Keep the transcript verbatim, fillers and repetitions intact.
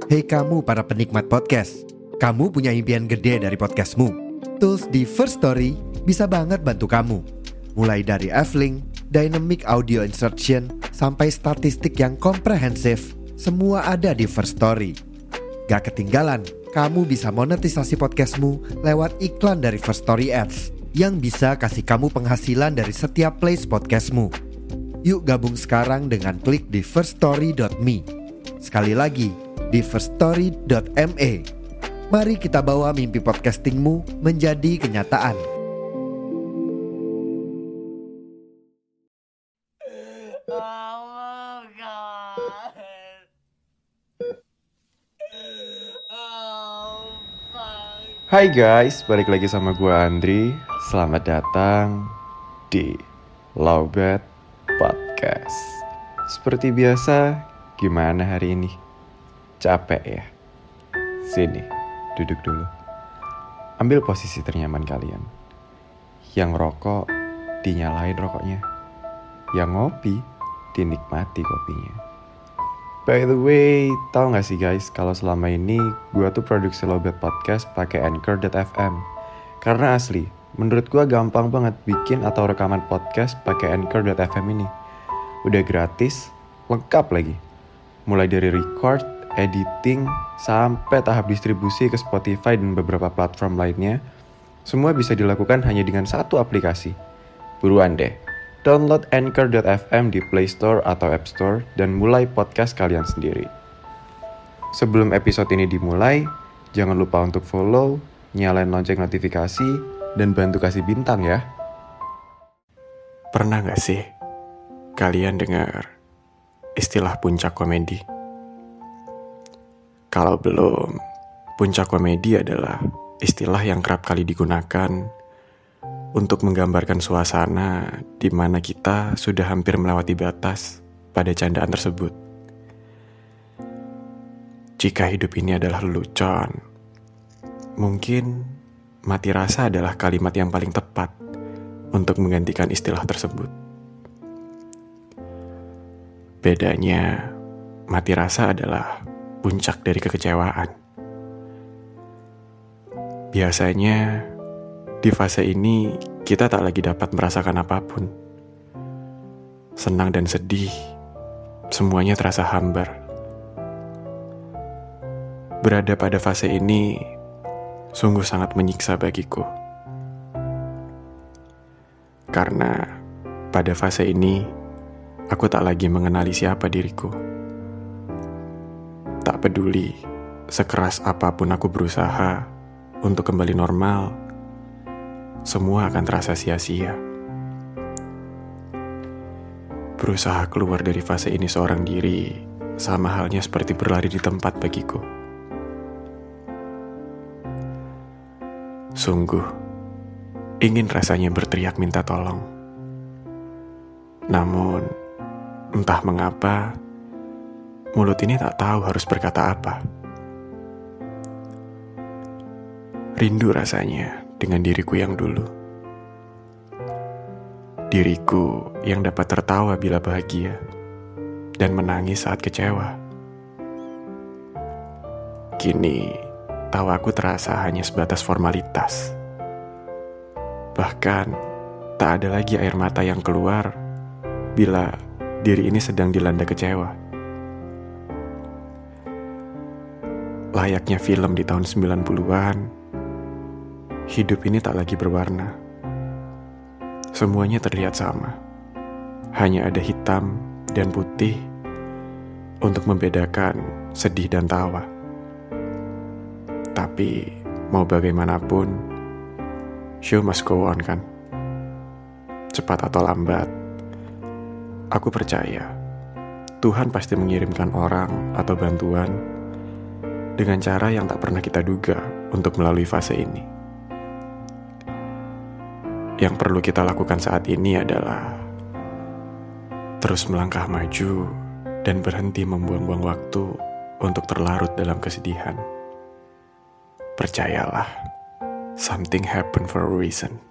Hei kamu para penikmat podcast, kamu punya impian gede dari podcastmu. Tools di First Story bisa banget bantu kamu. Mulai dari F-Link, Dynamic Audio Insertion, sampai statistik yang komprehensif, semua ada di First Story. Gak ketinggalan, kamu bisa monetisasi podcastmu lewat iklan dari First Story Ads yang bisa kasih kamu penghasilan dari setiap plays podcastmu. Yuk gabung sekarang dengan klik di first story dot me. Sekali lagi, di first story dot me. Mari kita bawa mimpi podcastingmu menjadi kenyataan. Oh God. Oh fuck. Hai guys, balik lagi sama gue Andri. Selamat datang di Lowbat Podcast. Seperti biasa, gimana hari ini? Capek ya? Sini, duduk dulu. Ambil posisi ternyaman kalian. Yang rokok, dinyalain rokoknya. Yang ngopi, dinikmati kopinya. By the way, tahu gak sih guys, kalau selama ini gue tuh produksi Lowbat Podcast pakai Anchor dot f m. Karena asli, menurut gue gampang banget bikin atau rekaman podcast pakai Anchor dot f m ini. Udah gratis, lengkap lagi. Mulai dari record, editing, sampai tahap distribusi ke Spotify dan beberapa platform lainnya, semua bisa dilakukan hanya dengan satu aplikasi. Buruan deh, download Anchor dot f m di Play Store atau App Store dan mulai podcast kalian sendiri. Sebelum episode ini dimulai, jangan lupa untuk follow, nyalain lonceng notifikasi, dan bantu kasih bintang ya. Pernah gak sih kalian dengar istilah puncak komedi? Kalau belum, puncak komedi adalah istilah yang kerap kali digunakan untuk menggambarkan suasana di mana kita sudah hampir melewati batas pada candaan tersebut. Jika hidup ini adalah lelucon, mungkin mati rasa adalah kalimat yang paling tepat untuk menggantikan istilah tersebut. Bedanya, mati rasa adalah puncak dari kekecewaan. Biasanya, di fase ini kita tak lagi dapat merasakan apapun. Senang dan sedih, semuanya terasa hambar. Berada pada fase ini sungguh sangat menyiksa bagiku. Karena pada fase ini, aku tak lagi mengenali siapa diriku. Tak peduli sekeras apapun aku berusaha untuk kembali normal, semua akan terasa sia-sia. Berusaha keluar dari fase ini seorang diri, sama halnya seperti berlari di tempat bagiku. Sungguh, ingin rasanya berteriak minta tolong. Namun, entah mengapa, mulut ini tak tahu harus berkata apa. Rindu rasanya dengan diriku yang dulu. Diriku yang dapat tertawa bila bahagia dan menangis saat kecewa. Kini, tawaku terasa hanya sebatas formalitas. Bahkan, tak ada lagi air mata yang keluar bila diri ini sedang dilanda kecewa. Layaknya film di tahun sembilan puluhan, hidup ini tak lagi berwarna. Semuanya terlihat sama. Hanya ada hitam dan putih untuk membedakan sedih dan tawa. Tapi mau bagaimanapun, show must go on kan? Cepat atau lambat, aku percaya Tuhan pasti mengirimkan orang atau bantuan dengan cara yang tak pernah kita duga untuk melalui fase ini. Yang perlu kita lakukan saat ini adalah terus melangkah maju dan berhenti membuang-buang waktu untuk terlarut dalam kesedihan. Percayalah, something happen for a reason.